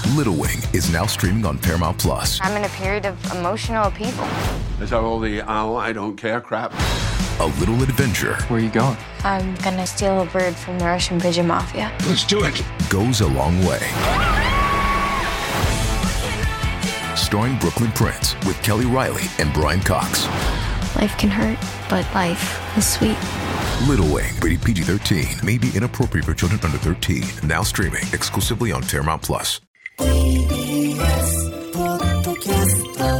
Little Wing is now streaming on Paramount Plus. I'm in a period of emotional upheaval. Is that all the I don't care crap? A little adventure. Where are you going? I'm gonna steal a bird from the Russian pigeon mafia. Let's do it. Goes a long way. Starring Brooklyn Prince with Kelly Riley and Brian Cox. Life can hurt, but life is sweet. Little Wing, rated PG-13, may be inappropriate for children under 13. Now streaming exclusively on Paramount Plus. TBS ポッドキャスト。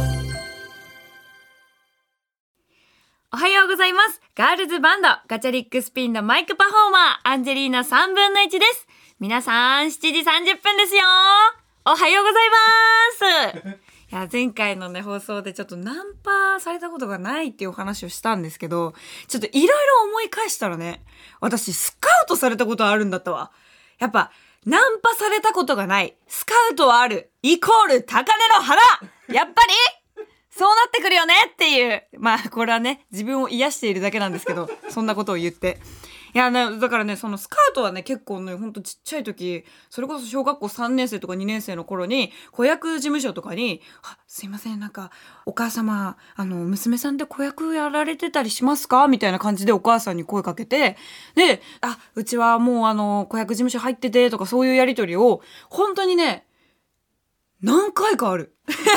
おはようございます。ガールズバンドガチャリックスピンのマイクパフォーマーアンジェリーナ3分の1です。皆さん7時30分ですよ。おはようございます。いや前回のね放送でちょっとナンパされたことがないっていうお話をしたんですけど、ちょっといろいろ思い返したらね、私スカウトされたことあるんだったわ。やっぱナンパされたことがない、スカウトはある、イコール高嶺の花、やっぱりそうなってくるよねっていう、まあこれはね自分を癒しているだけなんですけど、そんなことを言って、いやね、だからねそのスカウトはね結構ねほんとちっちゃい時、それこそ小学校3年生とか2年生の頃に子役事務所とかにすいません、なんかお母様娘さんで子役やられてたりしますかみたいな感じでお母さんに声かけて、でうちはもう子役事務所入っててとか、そういうやり取りを本当にね何回かある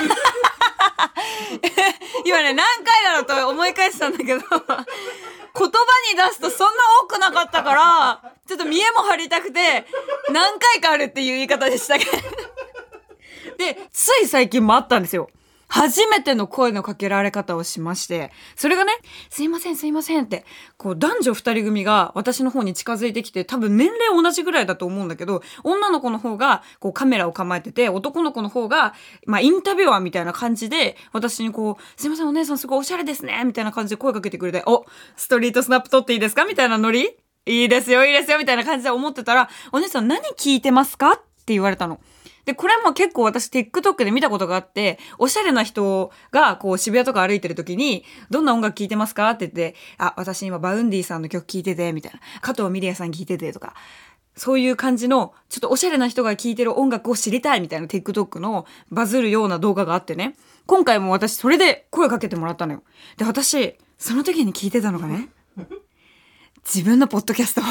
今ね何回だろうと思い返したんだけど言葉に出すとそんな多くなかったから、ちょっと見栄も張りたくて何回かあるっていう言い方でしたけどでつい最近もあったんですよ。初めての声のかけられ方をしまして、それがねすいませんすいませんってこう男女二人組が私の方に近づいてきて、多分年齢同じぐらいだと思うんだけど、女の子の方がこうカメラを構えてて、男の子の方がインタビュアーみたいな感じで私にこうすいませんお姉さんすごいおしゃれですねみたいな感じで声かけてくれて、おストリートスナップ撮っていいですかみたいなノリ、いいですよいいですよみたいな感じで思ってたら、お姉さん何聞いてますかって言われたの。で、これも結構私 TikTok で見たことがあって、おしゃれな人がこう渋谷とか歩いてる時に、どんな音楽聴いてますかって言って、私今バウンディさんの曲聴いてて、みたいな。加藤ミリアさん聴いててとか、そういう感じの、ちょっとおしゃれな人が聴いてる音楽を知りたいみたいな TikTok のバズるような動画があってね。今回も私それで声かけてもらったのよ。で、私、その時に聴いてたのがね、自分のポッドキャスト。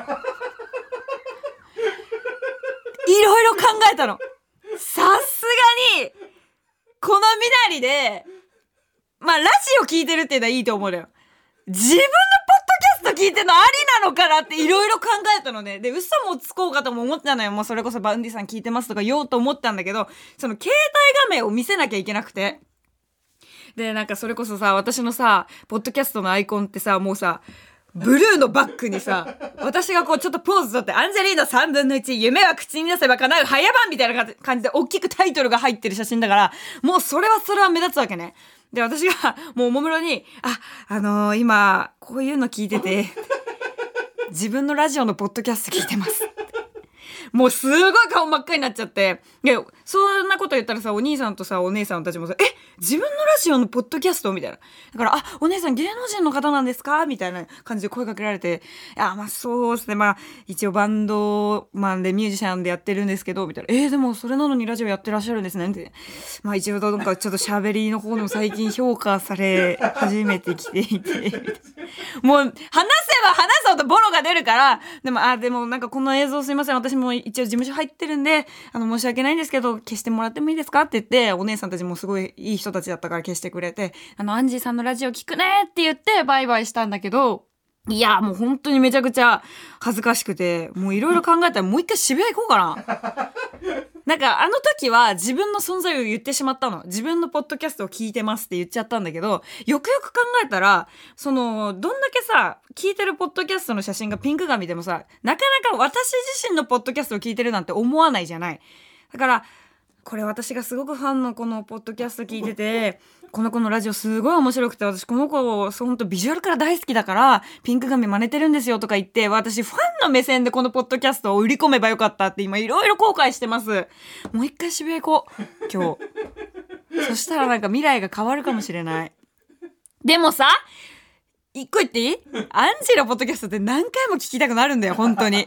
いろいろ考えたの。さすがにこの身なりでラジオ聞いてるっていうのはいいと思うのよ。自分のポッドキャスト聞いてるのありなのかなっていろいろ考えたのね。で嘘もつこうかとも思ったのよ。もうそれこそバウンディさん聞いてますとか言おうと思ったんだけど、その携帯画面を見せなきゃいけなくて、でなんかそれこそさ、私のさポッドキャストのアイコンってさ、もうさブルーのバッグにさ、私がこうちょっとポーズ取って、アンジェリーナ3分の1、夢は口に出せば叶う早番みたいな感じで大きくタイトルが入ってる写真だから、もうそれは目立つわけね。で、私がもうおもむろに、今、こういうの聞いてて、自分のラジオのポッドキャスト聞いてます。もうすごい顔真っ赤になっちゃって、でそんなこと言ったらさ、お兄さんとさお姉さんたちもさ、自分のラジオのポッドキャストみたいな。だからお姉さん芸能人の方なんですかみたいな感じで声かけられて、そうですね、一応バンドマンでミュージシャンでやってるんですけどみたいな。でもそれなのにラジオやってらっしゃるんですねって。一応なんかちょっと喋りの方でも最近評価され始めてきていてもう話せば話すほどボロが出るから、でもなんかこの映像すいません、私も一応事務所入ってるんで申し訳ないんですけど消してもらってもいいですかって言って、お姉さんたちもすごいいい人たちだったから消してくれて、アンジーさんのラジオ聞くねって言ってバイバイしたんだけど、いやもう本当にめちゃくちゃ恥ずかしくて、もういろいろ考えたらもう一回渋谷行こうかななんか時は自分の存在を言ってしまったの。自分のポッドキャストを聞いてますって言っちゃったんだけど、よくよく考えたらどんだけさ聞いてるポッドキャストの写真がピンク髪でもさ、なかなか私自身のポッドキャストを聞いてるなんて思わないじゃない。だからこれ私がすごくファンのこのポッドキャスト聞いてて、この子のラジオすごい面白くて、私この子ほんとビジュアルから大好きだからピンク髪真似てるんですよとか言って、私ファンの目線でこのポッドキャストを売り込めばよかったって今いろいろ後悔してます。もう一回渋谷行こう今日そしたらなんか未来が変わるかもしれない。でもさ一個言っていい？アンジーのポッドキャストって何回も聞きたくなるんだよ本当に。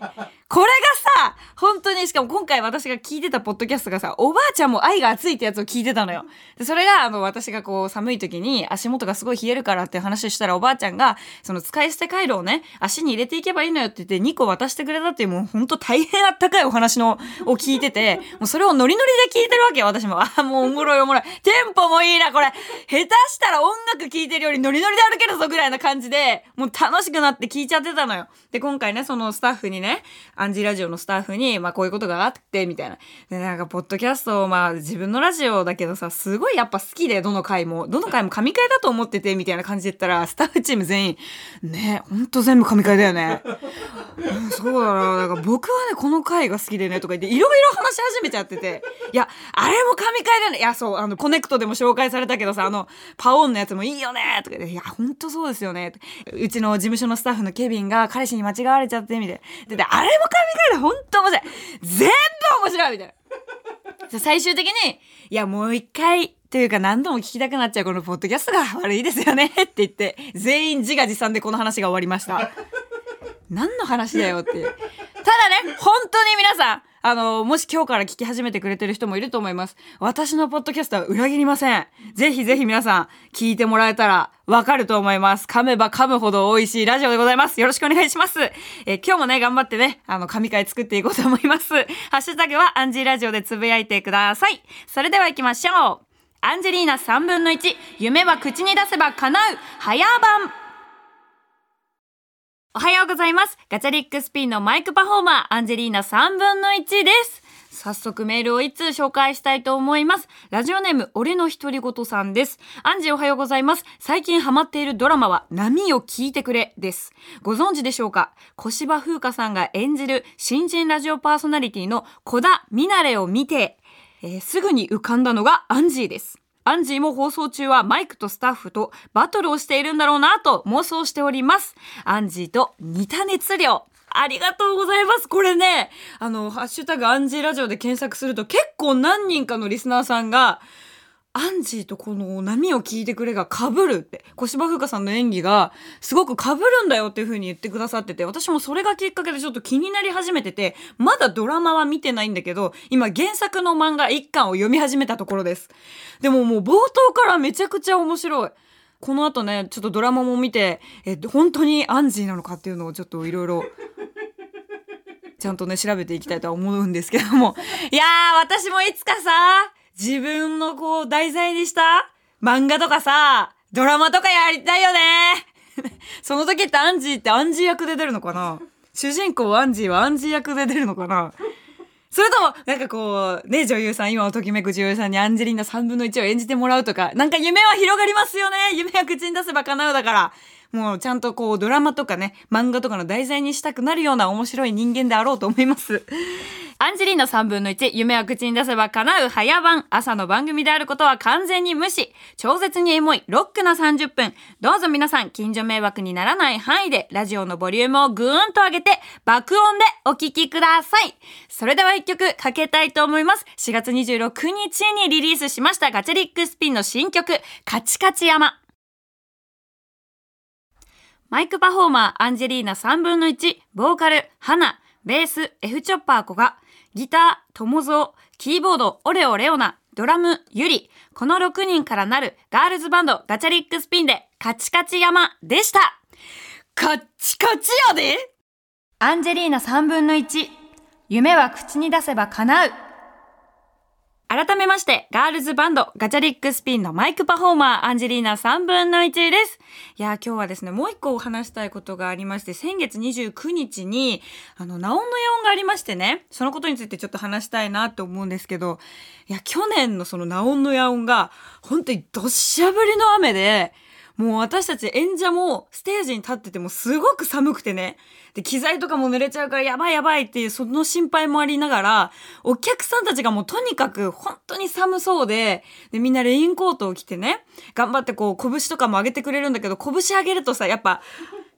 これがさ、本当に、しかも今回私が聞いてたポッドキャストがさ、おばあちゃんも愛が熱いってやつを聞いてたのよ。で、それが、私がこう、寒い時に足元がすごい冷えるからって話したら、おばあちゃんが、その使い捨てカイロをね、足に入れていけばいいのよって言って2個渡してくれたっていう、もう本当大変あったかいお話を聞いてて、もうそれをノリノリで聞いてるわけよ、私も。もうおもろいおもろい。テンポもいいな、これ。下手したら音楽聴いてるよりノリノリで歩けるぞぐらいな感じで、もう楽しくなって聞いちゃってたのよ。で、今回ね、そのスタッフにね、アンジーラジオのスタッフに、こういうことがあって、みたいな。で、なんか、ポッドキャスト、自分のラジオだけどさ、すごいやっぱ好きで、どの回も神回だと思ってて、みたいな感じで言ったら、スタッフチーム全員、ね、ほんと全部神回だよね。そうだな、なんか僕はね、この回が好きでね、とか言って、いろいろ話し始めちゃってて、いや、あれも神回だよね。いや、そう、コネクトでも紹介されたけどさ、パオンのやつもいいよね、とか言って、いや、ほんとそうですよね。うちの事務所のスタッフのケビンが彼氏に間違われちゃって、みたいな。で、あれも神回だ、ほんと面白い。全部面白いみたいな。最終的に、いや、もう一回、というか何度も聞きたくなっちゃうこのポッドキャストが悪いですよねって言って、全員自画自賛でこの話が終わりました。何の話だよっていう。ただね、本当に皆さん、もし今日から聞き始めてくれてる人もいると思います。私のポッドキャストは裏切りません。ぜひぜひ皆さん聞いてもらえたらわかると思います。噛めば噛むほど美味しいラジオでございます。よろしくお願いします。今日もね、頑張ってね、神回作っていこうと思います。ハッシュタグはアンジーラジオでつぶやいてください。それでは行きましょう。アンジェリーナ3分の1、夢は口に出せば叶う、早番。おはようございます。ガチャリックスピンのマイクパフォーマー、アンジェリーナ3分の1です。早速メールを1通紹介したいと思います。ラジオネーム、俺の独り言さんです。アンジーおはようございます。最近ハマっているドラマは、波を聞いてくれです。ご存知でしょうか？小芝風花さんが演じる新人ラジオパーソナリティの小田ミナレを見て、すぐに浮かんだのがアンジーです。アンジーも放送中はマイクとスタッフとバトルをしているんだろうなと妄想しております。アンジーと似た熱量。ありがとうございます。これね、ハッシュタグアンジーラジオで検索すると結構何人かのリスナーさんが、アンジーとこの波を聞いてくれが被るって、小芝風花さんの演技がすごく被るんだよっていう風に言ってくださってて、私もそれがきっかけでちょっと気になり始めてて、まだドラマは見てないんだけど、今原作の漫画1巻を読み始めたところです。でももう冒頭からめちゃくちゃ面白い。この後ね、ちょっとドラマも見て、本当にアンジーなのかっていうのをちょっといろいろちゃんとね調べていきたいとは思うんですけども、いやー、私もいつかさ、自分のこう題材にした漫画とかさ、ドラマとかやりたいよね。その時ってアンジーってアンジー役で出るのかな？主人公アンジーはアンジー役で出るのかな？それともなんかこうね、女優さん、今をときめく女優さんにアンジェリーナ3分の1を演じてもらうとか、なんか夢は広がりますよね。夢は口に出せば叶うだから、もうちゃんとこうドラマとかね、漫画とかの題材にしたくなるような面白い人間であろうと思います。アンジェリーナ3分の1、夢は口に出せば叶う早番。朝の番組であることは完全に無視。超絶にエモいロックな30分。どうぞ皆さん、近所迷惑にならない範囲でラジオのボリュームをぐーんと上げて爆音でお聞きください。それでは一曲かけたいと思います。4月26日にリリースしましたガチャリックスピンの新曲、カチカチ山。マイクパフォーマーアンジェリーナ3分の1、ボーカル花、ベース F チョッパー小賀、ギター友蔵、キーボードオレオレオナ、ドラムユリ、この6人からなるガールズバンドガチャリックスピンでカチカチ山でした。カッチカチやで。アンジェリーナ3分の1、夢は口に出せば叶う。改めまして、ガールズバンドガチャリックスピンのマイクパフォーマーアンジェリーナ3分の1です。いや、今日はですね、もう一個お話したいことがありまして、先月29日にナオンの野音がありましてね、そのことについてちょっと話したいなと思うんですけど、いや、去年のそのナオンの野音が本当にどっしゃ降りの雨で、もう私たち演者もステージに立っててもすごく寒くてね。で、機材とかも濡れちゃうからやばいやばいっていうその心配もありながら、お客さんたちがもうとにかく本当に寒そうで、みんなレインコートを着てね、頑張ってこう拳とかも上げてくれるんだけど、拳上げるとさ、やっぱ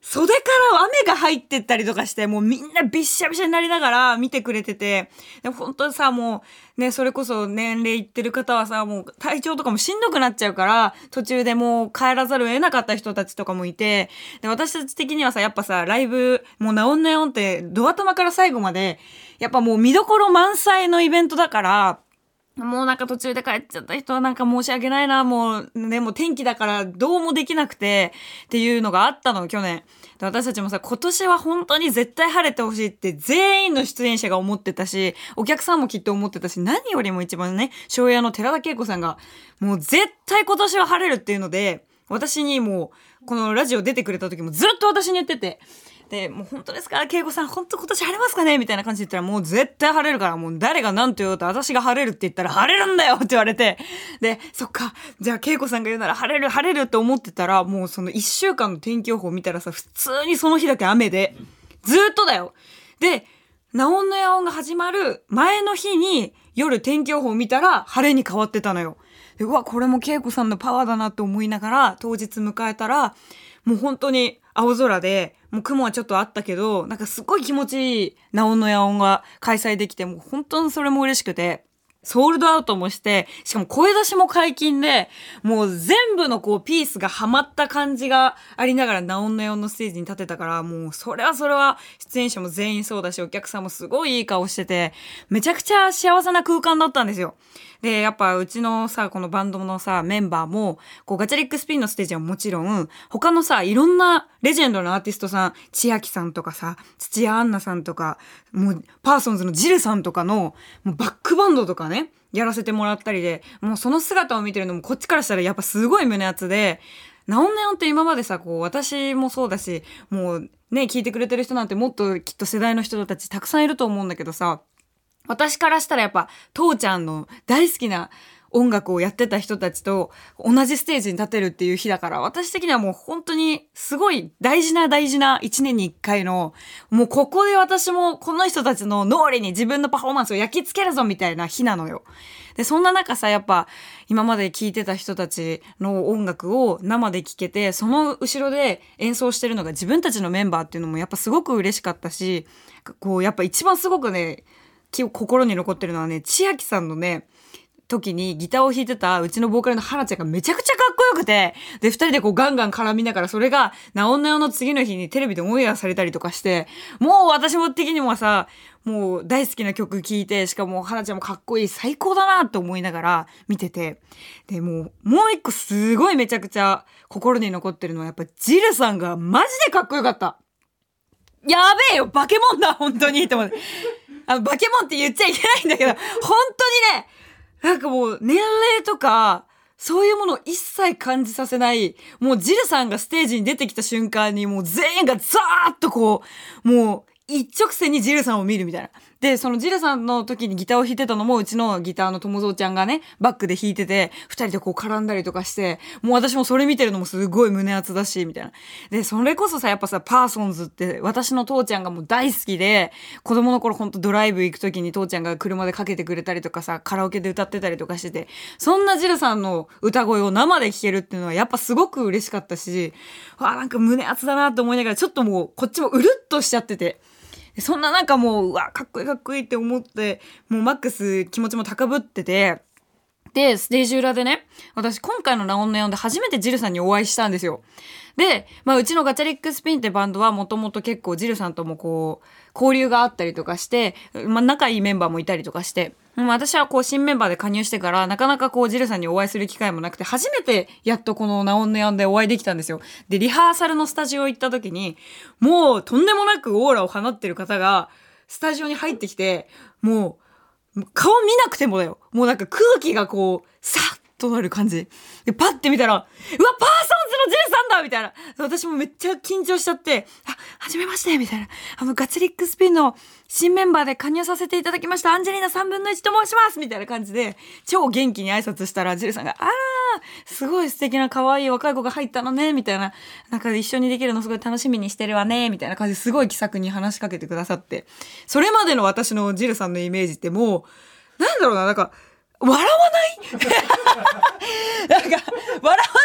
袖から雨が入ってったりとかして、もうみんなびっしゃびしゃになりながら見てくれてて、でも本当にさ、もうね、それこそ年齢いってる方はさ、もう体調とかもしんどくなっちゃうから、途中でもう帰らざるを得なかった人たちとかもいて、で、私たち的にはさ、やっぱさ、ライブ、もうナオンネオンってド頭から最後まで、やっぱもう見どころ満載のイベントだから、もうなんか途中で帰っちゃった人はなんか申し訳ないな、もう、でも天気だからどうもできなくてっていうのがあったの、去年。で、私たちもさ、今年は本当に絶対晴れてほしいって全員の出演者が思ってたし、お客さんもきっと思ってたし、何よりも一番ね、庄屋の寺田恵子さんが、もう絶対今年は晴れるっていうので、私にもう、このラジオ出てくれた時もずっと私に言ってて、で、もう本当ですか恵子さん、本当今年晴れますかねみたいな感じで言ったら、もう絶対晴れるから、もう誰が何と言おうと私が晴れるって言ったら晴れるんだよって言われて、で、そっか、じゃあ恵子さんが言うなら晴れるって思ってたら、もうその1週間の天気予報見たらさ、普通にその日だけ雨で、ずっとだよ。で、ナオンの野音が始まる前の日に夜天気予報見たら晴れに変わってたのよ。で、うわ、これも恵子さんのパワーだなと思いながら、当日迎えたら、もう本当に青空で、もう雲はちょっとあったけど、なんかすごい気持ちいいナオンの野音が開催できて、もう本当にそれも嬉しくて、ソールドアウトもして、しかも声出しも解禁で、もう全部のこうピースがハマった感じがありながらナオンの野音のステージに立てたから、もうそれは出演者も全員そうだし、お客さんもすごいいい顔してて、めちゃくちゃ幸せな空間だったんですよ。で、やっぱうちのさ、このバンドのさ、メンバーも、こうガチャリックスピンのステージはもちろん、他のさ、いろんなレジェンドのアーティストさん、千秋さんとかさ、土屋アンナさんとか、もうパーソンズのジルさんとかの、もうバックバンドとかね、やらせてもらったりで、もうその姿を見てるのもこっちからしたらやっぱすごい胸熱で、ナオンネオンって今までさ、こう私もそうだし、もうね、聞いてくれてる人なんてもっときっと世代の人たちたくさんいると思うんだけどさ、私からしたらやっぱ父ちゃんの大好きな音楽をやってた人たちと同じステージに立てるっていう日だから、私的にはもう本当にすごい大事な1年に1回の、もうここで私もこの人たちの脳裏に自分のパフォーマンスを焼き付けるぞみたいな日なのよ。で、そんな中さ、やっぱ今まで聴いてた人たちの音楽を生で聴けて、その後ろで演奏してるのが自分たちのメンバーっていうのもやっぱすごく嬉しかったし、こうやっぱ一番すごくね、心に残ってるのはね、千秋さんのね、時にギターを弾いてたうちのボーカルの花ちゃんがめちゃくちゃかっこよくて、で、二人でこうガンガン絡みながら、それがナオンネオンの次の日にテレビでオンエアされたりとかして、もう私も的にもさ、もう大好きな曲聴いて、しかも花ちゃんもかっこいい、最高だなと思いながら見てて、で、もう一個すごいめちゃくちゃ心に残ってるのはやっぱジルさんがマジでかっこよかった。やべえよ、バケモンだ、本当にと思って。バケモンって言っちゃいけないんだけど、本当にね、なんかもう年齢とか、そういうものを一切感じさせない、もうジルさんがステージに出てきた瞬間にもう全員がザーッとこう、もう一直線にジルさんを見るみたいな。で、そのジルさんの時にギターを弾いてたのもうちのギターの友蔵ちゃんがね、バックで弾いてて、二人でこう絡んだりとかして、もう私もそれ見てるのもすごい胸熱だし、みたいな。で、それこそさ、やっぱさ、パーソンズって私の父ちゃんがもう大好きで、子供の頃ほんとドライブ行く時に父ちゃんが車でかけてくれたりとかさ、カラオケで歌ってたりとかしてて、そんなジルさんの歌声を生で聴けるっていうのはやっぱすごく嬉しかったし、なんか胸熱だなと思いながら、ちょっともうこっちもうるっとしちゃってて、そんななんかもう、かっこいいかっこいいって思って、もうマックス気持ちも高ぶってて、で、ステージ裏でね、私今回のナオンネオンで初めてジルさんにお会いしたんですよ。で、うちのガチャリックスピンってバンドはもともと結構ジルさんともこう、交流があったりとかして、仲いいメンバーもいたりとかして、私はこう新メンバーで加入してからなかなかこうジルさんにお会いする機会もなくて、初めてやっとこのナオンネオンでお会いできたんですよ。で、リハーサルのスタジオ行った時に、もうとんでもなくオーラを放ってる方がスタジオに入ってきて、もう顔見なくてもだよ。もうなんか空気がこう、さっとなる感じ。で、パッて見たら、うわ、パーソンズのジルさんだみたいな。私もめっちゃ緊張しちゃって、はじめましてみたいな。ガチャリックスピンの新メンバーで加入させていただきました、アンジェリーナ1/3と申しますみたいな感じで、超元気に挨拶したら、ジルさんが、すごい素敵な可愛い若い子が入ったのね、みたいな。なんか一緒にできるのすごい楽しみにしてるわね、みたいな感じですごい気さくに話しかけてくださって。それまでの私のジルさんのイメージってもう、なんか、笑わないなんか、笑わないこと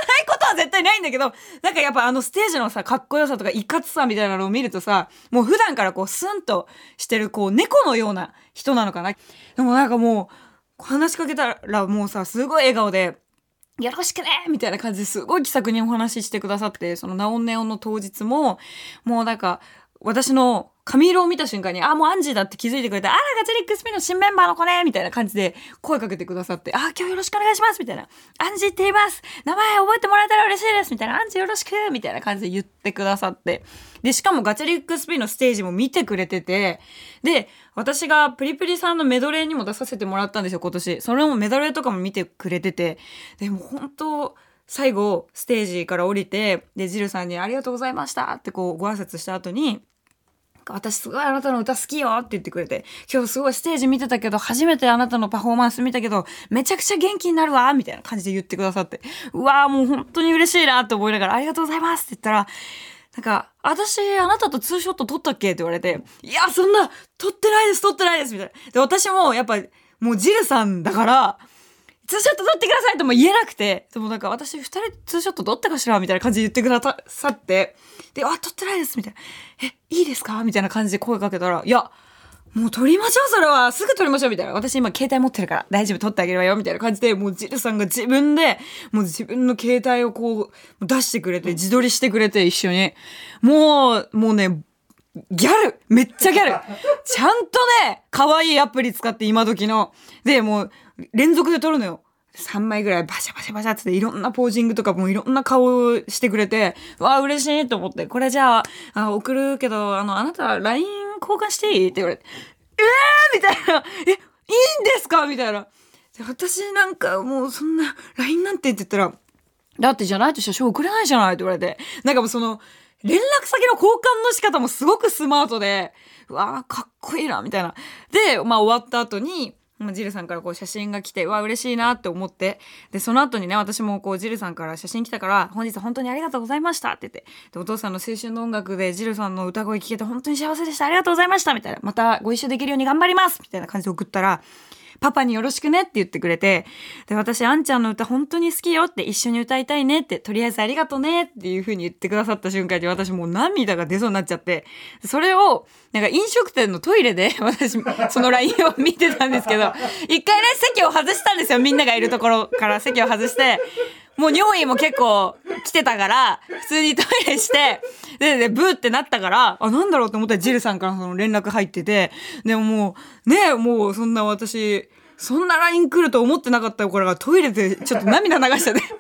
は絶対ないんだけど、なんかやっぱステージのさ、かっこよさとかいかつさみたいなのを見るとさ、もう普段からこうスンとしてるこう猫のような人なのかな。でもなんかもう、話しかけたらもうさ、すごい笑顔で、よろしくねみたいな感じですごい気さくにお話ししてくださって、そのナオンネオンの当日も、もうなんか、私の髪色を見た瞬間に、もうアンジーだって気づいてくれて、ガチャリックスピンの新メンバーの子ねみたいな感じで声かけてくださって、今日よろしくお願いしますみたいな。アンジーって言います。名前覚えてもらえたら嬉しいですみたいな。アンジーよろしくみたいな感じで言ってくださって。で、しかもガチャリックスピンのステージも見てくれてて、で、私がプリプリさんのメドレーにも出させてもらったんですよ、今年。それもメドレーとかも見てくれてて、でも本当最後ステージから降りて、でジルさんにありがとうございましたってこうご挨拶した後に、私すごいあなたの歌好きよって言ってくれて、今日すごいステージ見てたけど初めてあなたのパフォーマンス見たけどめちゃくちゃ元気になるわみたいな感じで言ってくださって、うわーもう本当に嬉しいなって思いながら、ありがとうございますって言ったら、なんか私あなたとツーショット撮ったっけって言われて、いやそんな撮ってないですみたいな。で私もやっぱもうジルさんだからツーショット撮ってくださいとも言えなくて、でもなんか私2人ツーショット撮ったかしらみたいな感じで言ってくださって、で、撮ってないですみたいな。いいですかみたいな感じで声かけたら、いや、もう撮りましょうそれはすぐ撮りましょうみたいな。私今携帯持ってるから大丈夫撮ってあげるわよみたいな感じで、もうジルさんが自分で、もう自分の携帯をこう出してくれて、自撮りしてくれて一緒に。もうね、ギャルめっちゃギャルちゃんとね、可愛いアプリ使って今時の。で、もう連続で撮るのよ。3枚ぐらいバシャバシャバシャっていろんなポージングとかもいろんな顔をしてくれて、わあ嬉しいと思って、これじゃあ、送るけど、あなた LINE 交換していいって言われて、みたいな、いいんですかみたいな。で私なんかもうそんな LINE なんてって言ったら、だってじゃないと写真送れないじゃないって言われて、なんかもうその、連絡先の交換の仕方もすごくスマートで、うわあかっこいいなみたいな。で、終わった後に、ジルさんからこう写真が来て、嬉しいなって思って、でその後にね、私もこうジルさんから写真来たから、本日本当にありがとうございましたって言って、でお父さんの青春の音楽でジルさんの歌声聞けて本当に幸せでした、ありがとうございましたみたいな、またご一緒できるように頑張りますみたいな感じで送ったら、パパによろしくねって言ってくれて、で私あんちゃんの歌本当に好きよって、一緒に歌いたいねって、とりあえずありがとうねっていう風に言ってくださった瞬間に、私もう涙が出そうになっちゃって、それをなんか飲食店のトイレで私その LINE を見てたんですけど、一回ね席を外したんですよ、みんながいるところから席を外して、もう尿意も結構来てたから普通にトイレして、でブーってなったから、なんだろうと思ったらジルさんからその連絡入ってて、でももうね、もうそんな私そんな LINE 来ると思ってなかったからトイレでちょっと涙流しちゃって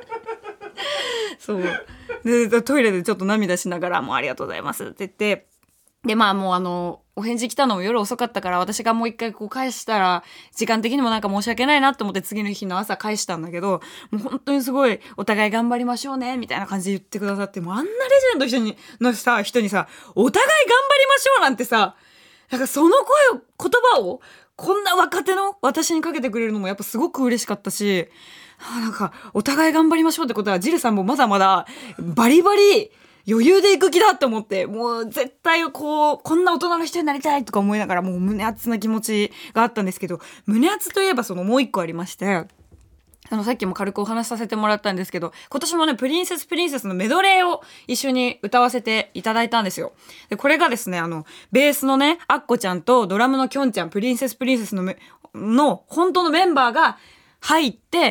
そうでトイレでちょっと涙しながら、もうありがとうございますって言って、でもうお返事来たのも夜遅かったから、私がもう一回こう返したら時間的にもなんか申し訳ないなと思って次の日の朝返したんだけど、もう本当にすごいお互い頑張りましょうねみたいな感じで言ってくださって、もうあんなレジェンド人にさ、お互い頑張りましょうなんてさ、なんかその言葉をこんな若手の私にかけてくれるのもやっぱすごく嬉しかったし、なんかお互い頑張りましょうってことはジルさんもまだまだバリバリ余裕で行く気だって思って、もう絶対こんな大人の人になりたいとか思いながら、もう胸熱な気持ちがあったんですけど、胸熱といえばそのもう一個ありまして、さっきも軽くお話しさせてもらったんですけど、今年もね、プリンセスのメドレーを一緒に歌わせていただいたんですよ。で、これがですね、ベースのね、アッコちゃんとドラムのキョンちゃん、プリンセスの本当のメンバーが入って、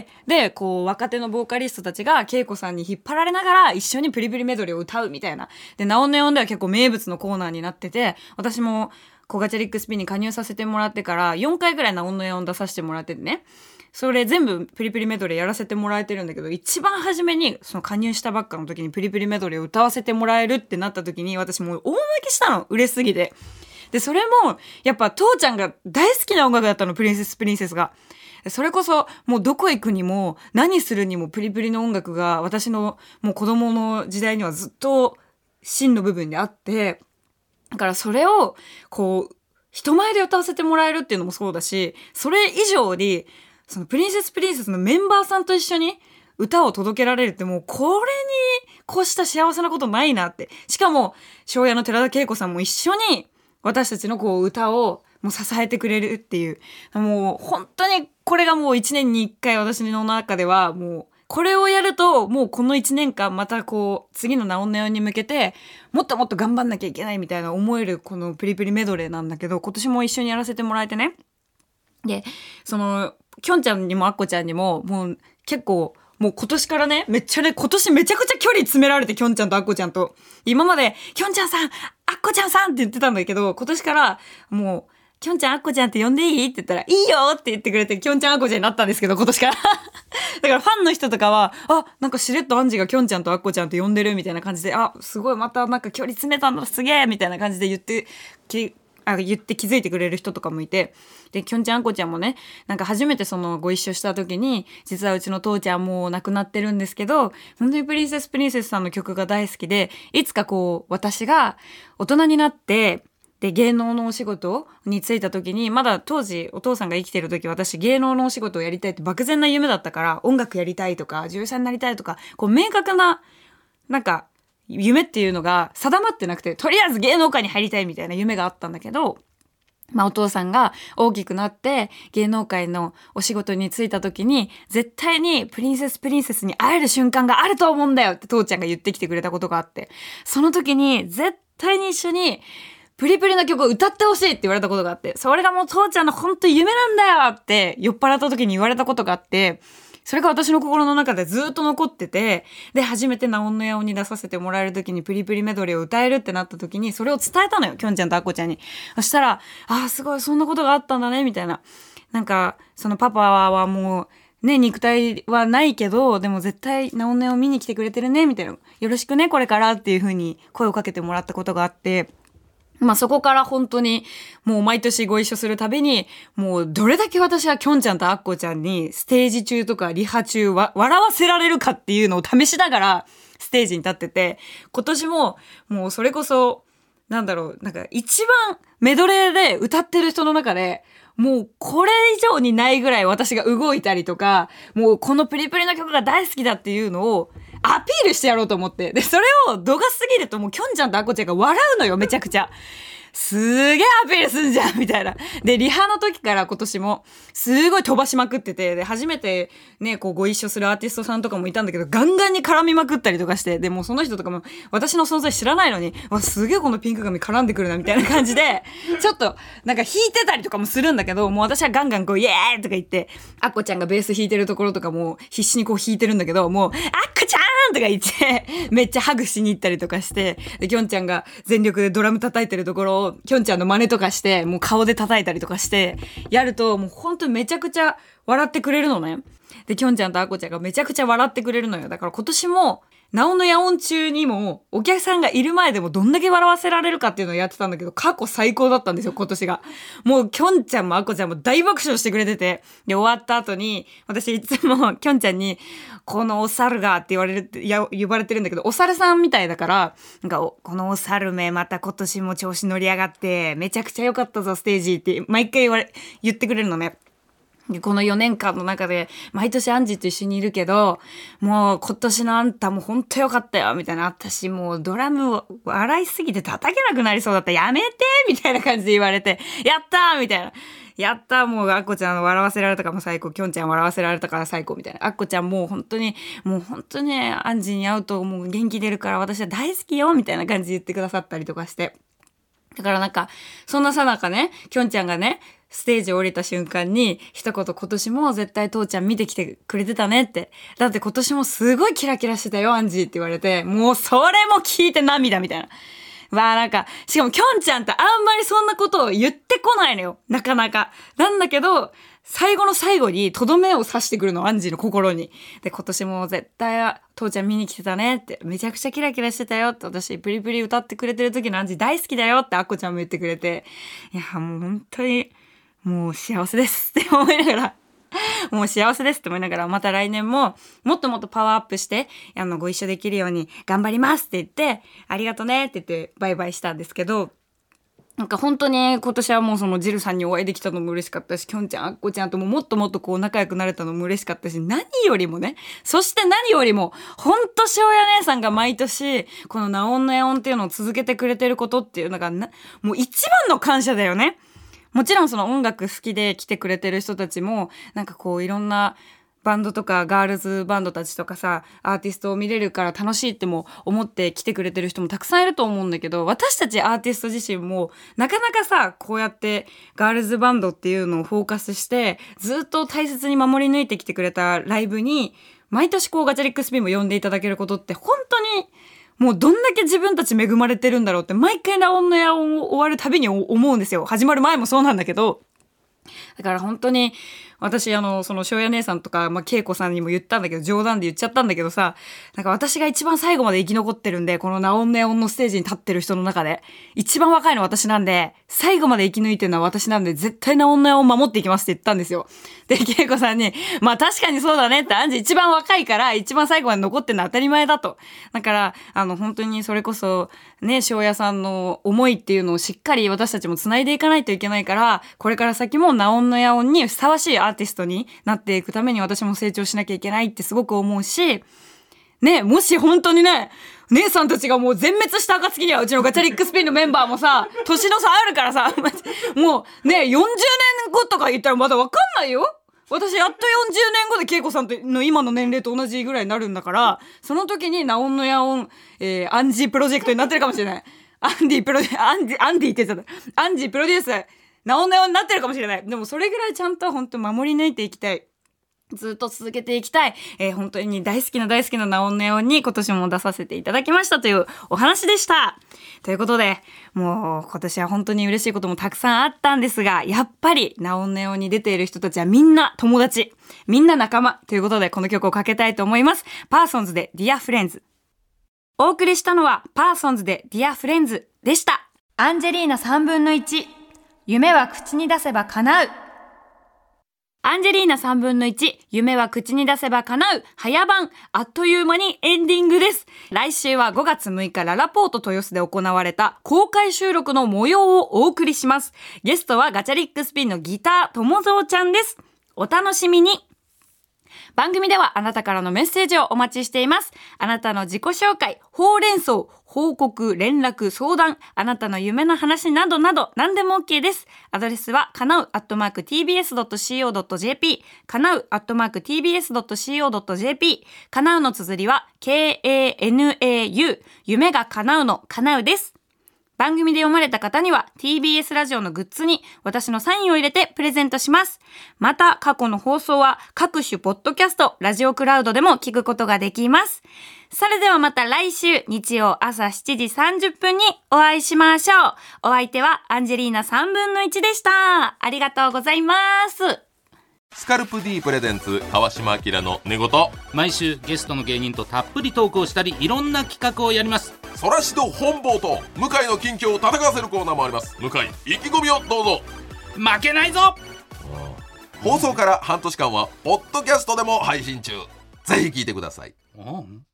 で、こう、若手のボーカリストたちが恵子さんに引っ張られながら一緒にプリプリメドレーを歌うみたいな。で、ナオネオンでは結構名物のコーナーになってて、私もコガチャリックスピンに加入させてもらってから4回ぐらいナオネオン出させてもらっててね。それ全部プリプリメドレーやらせてもらえてるんだけど、一番初めにその加入したばっかの時にプリプリメドレーを歌わせてもらえるってなった時に、私もう大泣きしたの、嬉しすぎて。で、それもやっぱ父ちゃんが大好きな音楽だったの、プリンセスが。それこそもうどこ行くにも何するにもプリプリの音楽が私のもう子供の時代にはずっと芯の部分であって、だからそれをこう人前で歌わせてもらえるっていうのもそうだし、それ以上にそのプリンセスのメンバーさんと一緒に歌を届けられるって、もうこれにこうした幸せなことないなって。しかも庄屋の寺田恵子さんも一緒に私たちのこう歌をもう支えてくれるっていう、もう本当にこれがもう1年に1回私の中ではもうこれをやるともうこの1年間またこう次のナオンネオンに向けてもっともっと頑張んなきゃいけないみたいな思えるこのプリプリメドレーなんだけど、今年も一緒にやらせてもらえてね。でそのきょんちゃんにもあっこちゃんにももう結構もう今年からね今年めちゃくちゃ距離詰められて、きょんちゃんとあっこちゃんと。今まできょんちゃんさんあっこちゃんさんって言ってたんだけど、今年からもうきょんちゃんあっこちゃんって呼んでいいって言ったらいいよって言ってくれて、きょんちゃんあっこちゃんになったんですけど今年からだからファンの人とかはなんかしれっとアンジがきょんちゃんとあっこちゃんって呼んでるみたいな感じで、すごいまたなんか距離詰めたんだすげえみたいな感じで言って気づいてくれる人とかもいて、できょんちゃんあっこちゃんもねなんか初めてそのご一緒した時に、実はうちの父ちゃんもう亡くなってるんですけど本当にプリンセスさんの曲が大好きで、いつかこう私が大人になってで芸能のお仕事に就いた時に、まだ当時お父さんが生きてる時私芸能のお仕事をやりたいって漠然な夢だったから、音楽やりたいとか女優さんになりたいとかこう明確ななんか夢っていうのが定まってなくて、とりあえず芸能界に入りたいみたいな夢があったんだけど、お父さんが大きくなって芸能界のお仕事に就いた時に絶対にプリンセスに会える瞬間があると思うんだよって父ちゃんが言ってきてくれたことがあって、その時に絶対に一緒にプリプリの曲を歌ってほしいって言われたことがあって、それがもう父ちゃんの本当夢なんだよって酔っ払った時に言われたことがあって、それが私の心の中でずっと残ってて、で初めてナオンの野音に出させてもらえる時にプリプリメドレーを歌えるってなった時にそれを伝えたのよ、きょんちゃんとあっこちゃんに。そしたらすごいそんなことがあったんだねみたいな、なんかそのパパはもうね肉体はないけどでも絶対ナオンの野音見に来てくれてるねみたいな、よろしくねこれからっていう風に声をかけてもらったことがあって、そこから本当にもう毎年ご一緒するたびにもうどれだけ私はきょんちゃんとあっこちゃんにステージ中とかリハ中は笑わせられるかっていうのを試しながらステージに立ってて、今年ももうそれこそなんか一番メドレーで歌ってる人の中でもうこれ以上にないぐらい私が動いたりとか、もうこのプリプリの曲が大好きだっていうのをアピールしてやろうと思って、でそれを度が過ぎるともうきょんちゃんとあっこちゃんが笑うのよ、めちゃくちゃ。すげえアピールすんじゃんみたいな。でリハの時から今年もすごい飛ばしまくってて、で初めてねこうご一緒するアーティストさんとかもいたんだけどガンガンに絡みまくったりとかして、でもうその人とかも私の存在知らないのにすげえこのピンク髪絡んでくるなみたいな感じでちょっとなんか弾いてたりとかもするんだけど、もう私はガンガンこうイエーイとか言ってあっこちゃんがベース弾いてるところとかも必死にこう弾いてるんだけど、もうあっこちゃんとか言ってめっちゃハグしに行ったりとかして、できょんちゃんが全力でドラム叩いてるところをきょんちゃんの真似とかしてもう顔で叩いたりとかしてやるともうほんとめちゃくちゃ笑ってくれるのね。できょんちゃんとあっこちゃんがめちゃくちゃ笑ってくれるのよ。だから今年もナオの野音中にもお客さんがいる前でもどんだけ笑わせられるかっていうのをやってたんだけど、過去最高だったんですよ今年が。もうきょんちゃんもあっこちゃんも大爆笑してくれてて、で終わった後に私いつもきょんちゃんにこのお猿がって呼ばれてるんだけど、お猿さんみたいだからなんかこのお猿めまた今年も調子乗り上がってめちゃくちゃ良かったぞステージって毎回言ってくれるのね。この4年間の中で毎年アンジーと一緒にいるけどもう今年のあんたも本当よかったよみたいな、私もうドラムを笑いすぎて叩けなくなりそうだった、やめてみたいな感じで言われて、やったーみたいな、やったーもうあっこちゃん笑わせられたからも最高、きょんちゃん笑わせられたから最高みたいな、あっこちゃんもう本当にアンジーに会うともう元気出るから私は大好きよみたいな感じで言ってくださったりとかして、だからなんかそんなさなかねきょんちゃんがねステージ降りた瞬間に一言今年も絶対父ちゃん見てきてくれてたねって。だって今年もすごいキラキラしてたよアンジーって言われて、もうそれも聞いて涙みたいな。なんか、しかもきょんちゃんってあんまりそんなことを言ってこないのよ。なかなか。なんだけど、最後の最後にとどめを刺してくるの、アンジーの心に。で、今年も絶対父ちゃん見に来てたねって、めちゃくちゃキラキラしてたよって、私プリプリ歌ってくれてる時のアンジー大好きだよってあっこちゃんも言ってくれて、いや、もう本当に、もう幸せですって思いながら、もう幸せですって思いながら、また来年ももっともっとパワーアップしてご一緒できるように頑張りますって言って、ありがとねって言ってバイバイしたんですけど、なんか本当に今年はもうそのジルさんにお会いできたのも嬉しかったし、きょんちゃんあっこちゃんとももっともっとこう仲良くなれたのも嬉しかったし、何よりもね、そして何よりもほんと塩谷姉さんが毎年このナオンの野音っていうのを続けてくれてることっていうのがもう一番の感謝だよね。もちろんその音楽好きで来てくれてる人たちもなんかこういろんなバンドとかガールズバンドたちとかさ、アーティストを見れるから楽しいっても思って来てくれてる人もたくさんいると思うんだけど、私たちアーティスト自身もなかなかさ、こうやってガールズバンドっていうのをフォーカスしてずっと大切に守り抜いてきてくれたライブに毎年こうガチャリックスピンも呼んでいただけることって本当にもうどんだけ自分たち恵まれてるんだろうって毎回ラオンの野音を終わるたびに思うんですよ。始まる前もそうなんだけど、だから本当に私その翔也姉さんとか、恵子さんにも言ったんだけど、冗談で言っちゃったんだけどさ、なんか私が一番最後まで生き残ってるんで、このナオンネオンのステージに立ってる人の中で一番若いの私なんで、最後まで生き抜いてるのは私なんで、絶対ナオンネオン守っていきますって言ったんですよ。で、恵子さんに確かにそうだねって、アンジ一番若いから一番最後まで残ってるのは当たり前だと。だから本当にそれこそね、翔也さんの思いっていうのをしっかり私たちも繋いでいかないといけないから、これから先もナオンの野音にふさわしいアーティストになっていくために私も成長しなきゃいけないってすごく思うし、ね、もし本当にね、姉さんたちがもう全滅した暁にはうちのガチャリックスピンのメンバーもさ、年の差あるからさ、もうね、40年後とか言ったらまだわかんないよ。私やっと40年後で恵子さんの今の年齢と同じぐらいになるんだから、その時にナオンの野音、アンジープロジェクトになってるかもしれない。アンディって言っちゃった。アンジープロデュース、ナオンの野音になってるかもしれない。でもそれぐらいちゃんと本当守り抜いていきたい。ずっと続けていきたい。本当に大好きなナオンネオンに今年も出させていただきましたというお話でした。ということで、もう今年は本当に嬉しいこともたくさんあったんですが、やっぱりナオンネオンに出ている人たちはみんな友達、みんな仲間ということで、この曲をかけたいと思います。パーソンズで Dear Friends。お送りしたのはパーソンズで Dear Friends でした。アンジェリーナ3分の1。夢は口に出せば叶う。アンジェリーナ3分の1、夢は口に出せば叶う、早番、あっという間にエンディングです。来週は5月6日、ララポート豊洲で行われた公開収録の模様をお送りします。ゲストはガチャリックスピンのギター、友蔵ちゃんです。お楽しみに。番組ではあなたからのメッセージをお待ちしています。あなたの自己紹介、ほうれん草、報告、連絡、相談、あなたの夢の話などなど何でも OK です。アドレスはかなう@tbs.co.jp、かなう@tbs.co.jp、かなうの綴りは KANAU、夢が叶うのかなうです。番組で読まれた方には TBS ラジオのグッズに私のサインを入れてプレゼントします。また過去の放送は各種ポッドキャスト、ラジオクラウドでも聞くことができます。それではまた来週日曜朝7時30分にお会いしましょう。お相手はアンジェリーナ3分の1でした。ありがとうございます。 スカルプ D プレゼンツ川島明の寝言。 毎週ゲストの芸人とたっぷりトークをしたり、いろんな企画をやります。 そらしど本坊と向井の近況を戦わせるコーナーもあります。向井、意気込みをどうぞ。 負けないぞ。 放送から半年間はポッドキャストでも配信中。ぜひ聞いてください。 うん